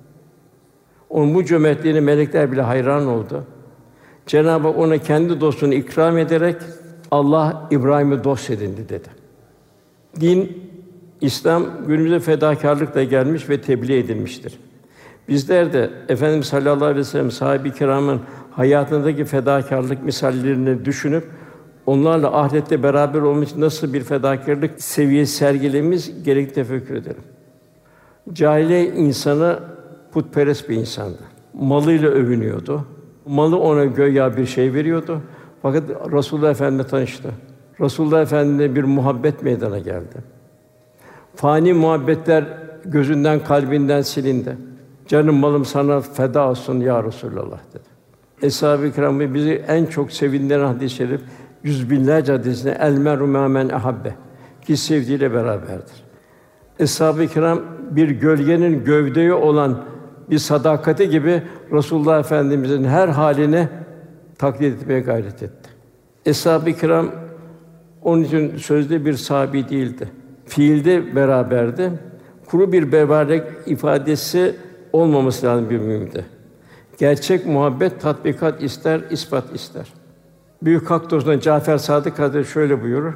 Onun bu cömertliğine melekler bile hayran oldu. Cenab-ı Hak ona kendi dostunu ikram ederek Allah İbrahim'i dost edindi dedi. Din, İslam günümüze fedakârlıkla gelmiş ve tebliğ edilmiştir. Bizler de Efendimiz sallallahu aleyhi ve sellem sahabe-i kiramın hayatındaki fedakârlık misallerini düşünüp onlarla ahirette beraber olmak için nasıl bir fedakârlık seviyesi sergilememiz gerektiğini tefekkür edelim. Cahiliye insanı putperest bir insandı. Malıyla övünüyordu. Malı ona göya bir şey veriyordu. Fakat Resulullah Efendimiz'le tanıştı. Resulullah Efendimiz'le bir muhabbet meydana geldi. Fani muhabbetler gözünden, kalbinden silindi. Canım malım sana feda olsun ya Resulallah dedi. Eshab-ı Kiram'ı bizi en çok sevindiren hadis-i şerif, yüz binlerce hadisinde el meru mâ men ahabbe, ki sevdiğiyle beraberdir. Eshab-ı Kiram bir gölgenin gövdeye olan bir sadakati gibi Resulullah Efendimizin her haline taklit etmeye gayret etti. Eshab-ı Kiram onun için sözde bir sahabi değildi. Fiilde beraberdi. Kuru bir beraberlik ifadesi olmaması lazım bir müminde. Gerçek muhabbet tatbikat ister, ispat ister. Büyük Hak dostundan Cafer Sadık Hazretleri şöyle buyurur.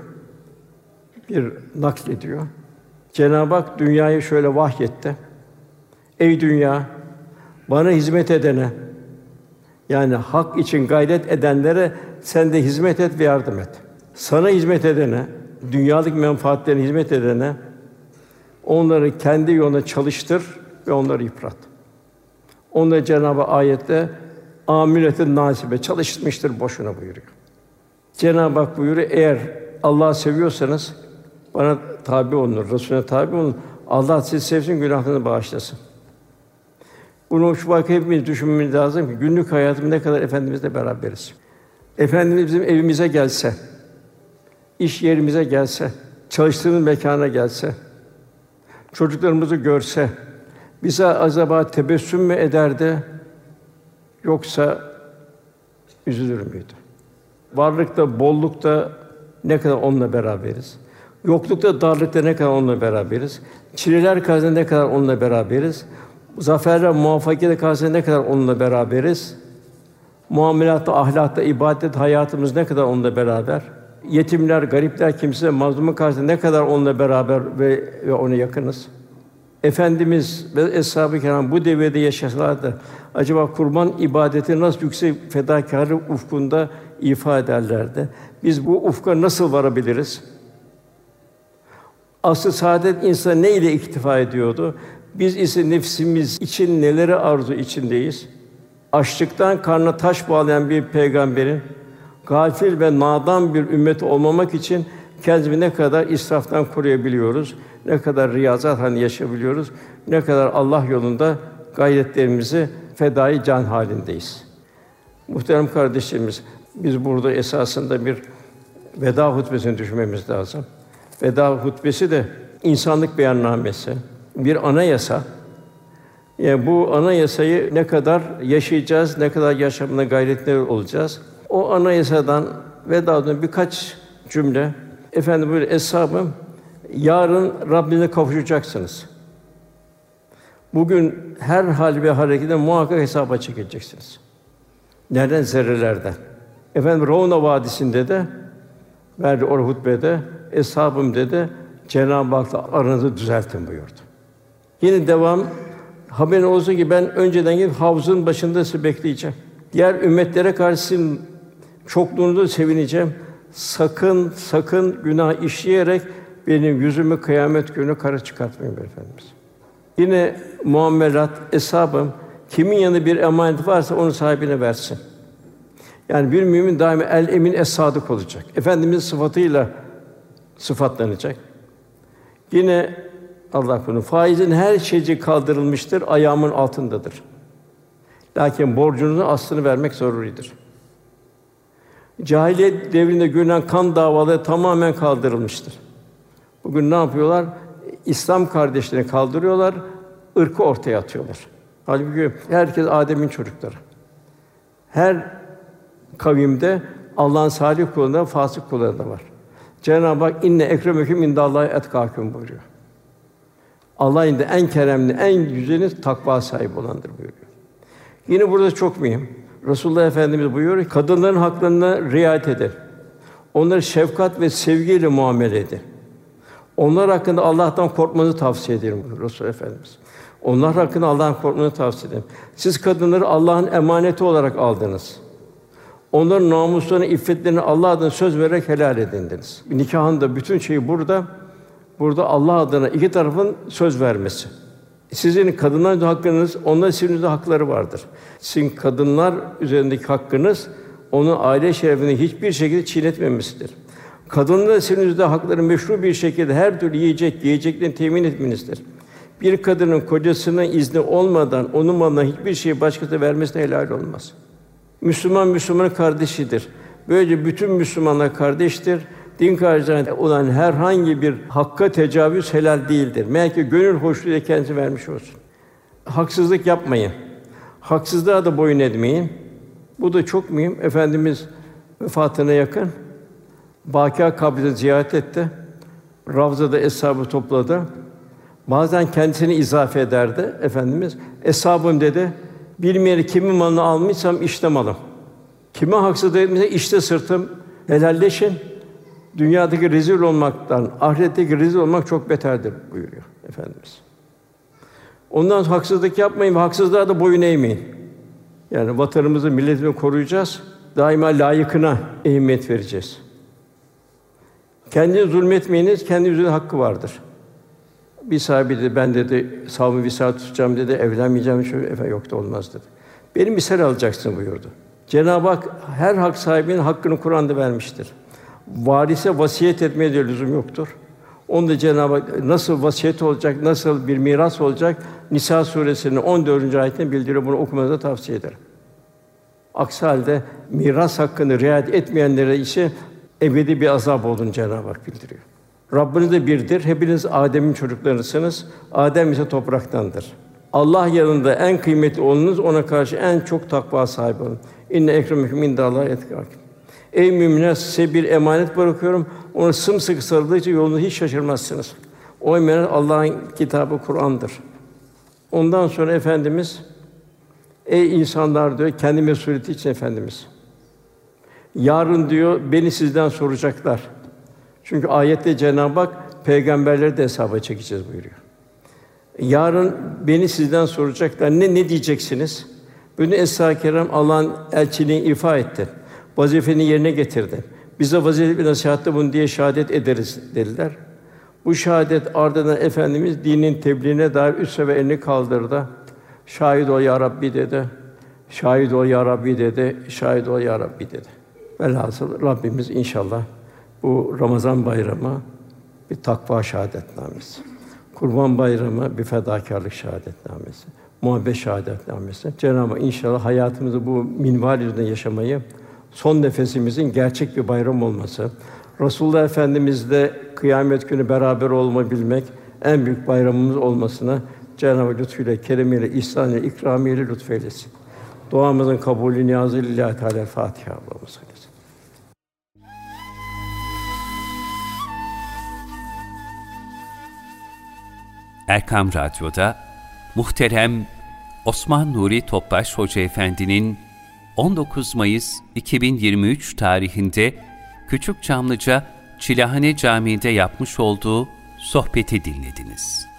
Bir naklediyor. Cenab-ı Hak dünyayı şöyle vahyetti. Ey dünya, bana hizmet edene, yani hak için gayret edenlere sen de hizmet et ve yardım et. Sana hizmet edene, dünyalık menfaatlerine hizmet edene, onları kendi yoluna çalıştır ve onları yıprat. Onları Cenab-ı Hak ayette âmiletin nâsibe, çalıştırmıştır boşuna buyuruyor. Cenab-ı Hak buyuruyor, eğer Allah'ı seviyorsanız bana tabi olun, Resulüne tabi olun. Allah sizi sevsin, günahlarınızı bağışlasın. Bunu şu vakit hepimiz düşünmemiz lazım ki günlük hayatımızda ne kadar Efendimizle beraberiz. Efendimiz bizim evimize gelse, iş yerimize gelse, çalıştığımız mekâna gelse, çocuklarımızı görse, Bize acaba tebessüm mü ederdi, yoksa üzülür müydü? Varlıkta, bollukta ne kadar onunla beraberiz? Yoklukta, darlıkta ne kadar onunla beraberiz? Çileler karşısında ne kadar onunla beraberiz? Zaferler, muvaffakiyetle karşısında ne kadar onunla beraberiz? Muamelatta, ahlakta, ibadet hayatımız ne kadar onunla beraber? Yetimler, garipler, kimseler, mazlumun karşısında ne kadar onunla beraber ve ona yakınız? Efendimiz ve eshab-ı kiram bu devirde yaşasalardı, acaba kurban ibadeti nasıl yüksek fedakârlık ufkunda ifade ederlerdi? Biz bu ufka nasıl varabiliriz? Asr-ı saadet insan ne ile iktifa ediyordu? Biz ise nefsimiz için neleri arzu içindeyiz? Açlıktan karnına taş bağlayan bir peygamberin gafil ve nadan bir ümmet olmamak için kendimizi ne kadar israftan koruyabiliyoruz, ne kadar riyazat halinde yaşayabiliyoruz, ne kadar Allah yolunda gayretlerimizi fedai can halindeyiz. Muhterem kardeşlerimiz, biz burada esasında bir veda hutbesini düşünmemiz lazım. Veda hutbesi de insanlık beyannamesi, bir anayasa. Yani bu anayasayı ne kadar yaşayacağız, ne kadar yaşamına gayretli olacağız. O anayasadan vedadan birkaç cümle. Efendim böyle eshab-ım, yarın Rabbinize kavuşacaksınız. Bugün her hal ve harekete muhakkak hesaba çekileceksiniz. Nereden? Zerrelerden. Efendim Ravna Vadisi'nde de verdi o hutbede, eshab-ım dedi, Cenab-ı Hak'la aranızı düzeltin buyurdu. Yine devam, haberin olsun ki ben önceden gidip havzın başında sizi bekleyeceğim. Diğer ümmetlere karşı sizin çokluğunuza sevineceğim. Sakın günah işleyerek benim yüzümü kıyamet günü kara çıkartmayın Efendimiz. Yine muamelat, eshab-ım, kimin yanında bir emanet varsa onu sahibine versin. Yani bir mümin daima el-emin es-sadık olacak. Efendimiz sıfatıyla sıfatlanacak. Yine Allah korusun, faizin her şeyi kaldırılmıştır, ayağımın altındadır. Lakin borcunuzun aslını vermek zaruridir. Cahiliyet devrinde görülen kan davaları tamamen kaldırılmıştır. Bugün ne yapıyorlar? İslam kardeşlerini kaldırıyorlar, ırkı ortaya atıyorlar. Halbuki herkes Adem'in çocukları. Her kavimde Allah'ın salih kullarında, fasık kulları da var. Cenab-ı Hak inne ekremeküm indallahi etkâküm buyuruyor. Allah indinde en keremli, en güzeli takva sahibi olandır buyuruyor. Yine burada çok mühim. Resulullah Efendimiz buyuruyor ki kadınların haklarına riayet edin. Onları şefkat ve sevgiyle muamele edin. Onlar hakkında Allah'tan korkmanızı tavsiye ederim buyuruyor Resulullah Efendimiz. Onlar hakkında Allah'tan korkmanızı tavsiye ederim. Siz kadınları Allah'ın emaneti olarak aldınız. Onların namuslarını, iffetlerini Allah adına söz vererek helal edindiniz. Nikahın da bütün şeyi burada. Burada Allah adına iki tarafın söz vermesi. Sizin kadınlar hakkınız, onların sizin üzerinde hakları vardır. Sizin kadınlar üzerindeki hakkınız, onun aile şerefini hiçbir şekilde çiğnetmemesidir. Kadınların sizin üzerinde hakları meşru bir şekilde her türlü yiyeceklerini temin etmenizdir. Bir kadının kocasının izni olmadan onun malına hiçbir şeyi başkasına vermesine helal olmaz. Müslüman Müslümanın kardeşidir. Böylece bütün Müslümanlar kardeştir. Din karşısında olan herhangi bir hakka tecavüz helal değildir. Meğer ki gönül hoşluğuyla kendisi vermiş olsun. Haksızlık yapmayın. Haksızlığa da boyun eğmeyin. Bu da çok mühim. Efendimiz vefatına yakın Bâkî kabrini ziyaret etti. Ravzada eshabı topladı. Bazen kendisini izafe ederdi Efendimiz. Eshabım dedi, bilmeyerek kimin malını almışsam işte malım. Kime haksızlık etmişsem işte sırtım. Helalleşin. Dünyadaki rezil olmaktan ahiretteki rezil olmak çok beterdir buyuruyor Efendimiz. Ondan sonra haksızlık yapmayın ve haksızlığa da boyun eğmeyin. Yani vatanımızı, milletimizi koruyacağız. Daima layıkına ehemmiyet vereceğiz. Kendinize zulmetmeyiniz, kendi üzerinde hakkı vardır. Bir sahibi dedi, ben dedi savun visat tutacağım dedi, evlenmeyeceğim şöyle yok da olmaz dedi. Benim misal alacaksın buyurdu. Cenab-ı Hak her hak sahibinin hakkını Kur'an'da vermiştir. Varise vasiyet etmeye de lüzum yoktur. Onu da Cenab-ı Hak nasıl vasiyet olacak, nasıl bir miras olacak Nisa suresinin 14. ayetinde bildiriyor. Bunu okumanızı tavsiye ederim. Aksi halde miras hakkını riayet etmeyenlere ise ebedi bir azap olduğunu Cenab-ı Hak bildiriyor. Rabbiniz de birdir. Hepiniz Adem'in çocuklarısınız. Adem ise topraktandır. Allah yanında en kıymetli olunuz, ona karşı en çok takva sahibi olun. İnne ekremekum indallahi etkâkum. Ey müminler, size bir emanet bırakıyorum. Onu sımsıkı sarıldıkça yolunu hiç şaşırmazsınız. O emanet Allah'ın kitabı Kur'an'dır. Ondan sonra Efendimiz, ey insanlar diyor, kendi mesuliyeti için Efendimiz. Yarın diyor, beni sizden soracaklar. Çünkü ayette Cenab-ı Hak peygamberleri de hesaba çekeceğiz buyuruyor. Yarın beni sizden soracaklar. Ne diyeceksiniz? Bütün eshab-ı kiram Allah'ın elçiliğini ifa etti. Vazifeni yerine getirdi. Bize vazife ve nasihatte bunu diye şehadet ederiz dediler. Bu şehadet ardından Efendimiz dinin tebliğine dair üst ve elini kaldırdı. Şahit ol ya Rabbi dedi. Şahit ol ya Rabbi dedi. Şahit ol ya Rabbi dedi. Velhasıl Rabbimiz inşallah bu Ramazan bayramı bir takva şahadetnamesi, Kurban Bayramı bir fedakârlık şahadetnamesi, muhabbet şahadetnamesi. Cenab-ı Hak inşallah hayatımızı bu minval üzerinde yaşamayı, son nefesimizin gerçek bir bayram olması, Resulullah Efendimizle kıyamet günü beraber olmayı bilmek en büyük bayramımız olmasına Cenab-ı Hak lütfuyla, keremiyle, ihsanıyla, ikramiyle lütfeylesin. Duamızın kabulü niyazı lillahi Teala Fatiha. Allah'ım salli. Erkam Radyo'da muhterem Osman Nuri Topbaş Hoca Efendi'nin 19 Mayıs 2023 tarihinde Küçükçamlıca Çilahane Camii'nde yapmış olduğu sohbeti dinlediniz.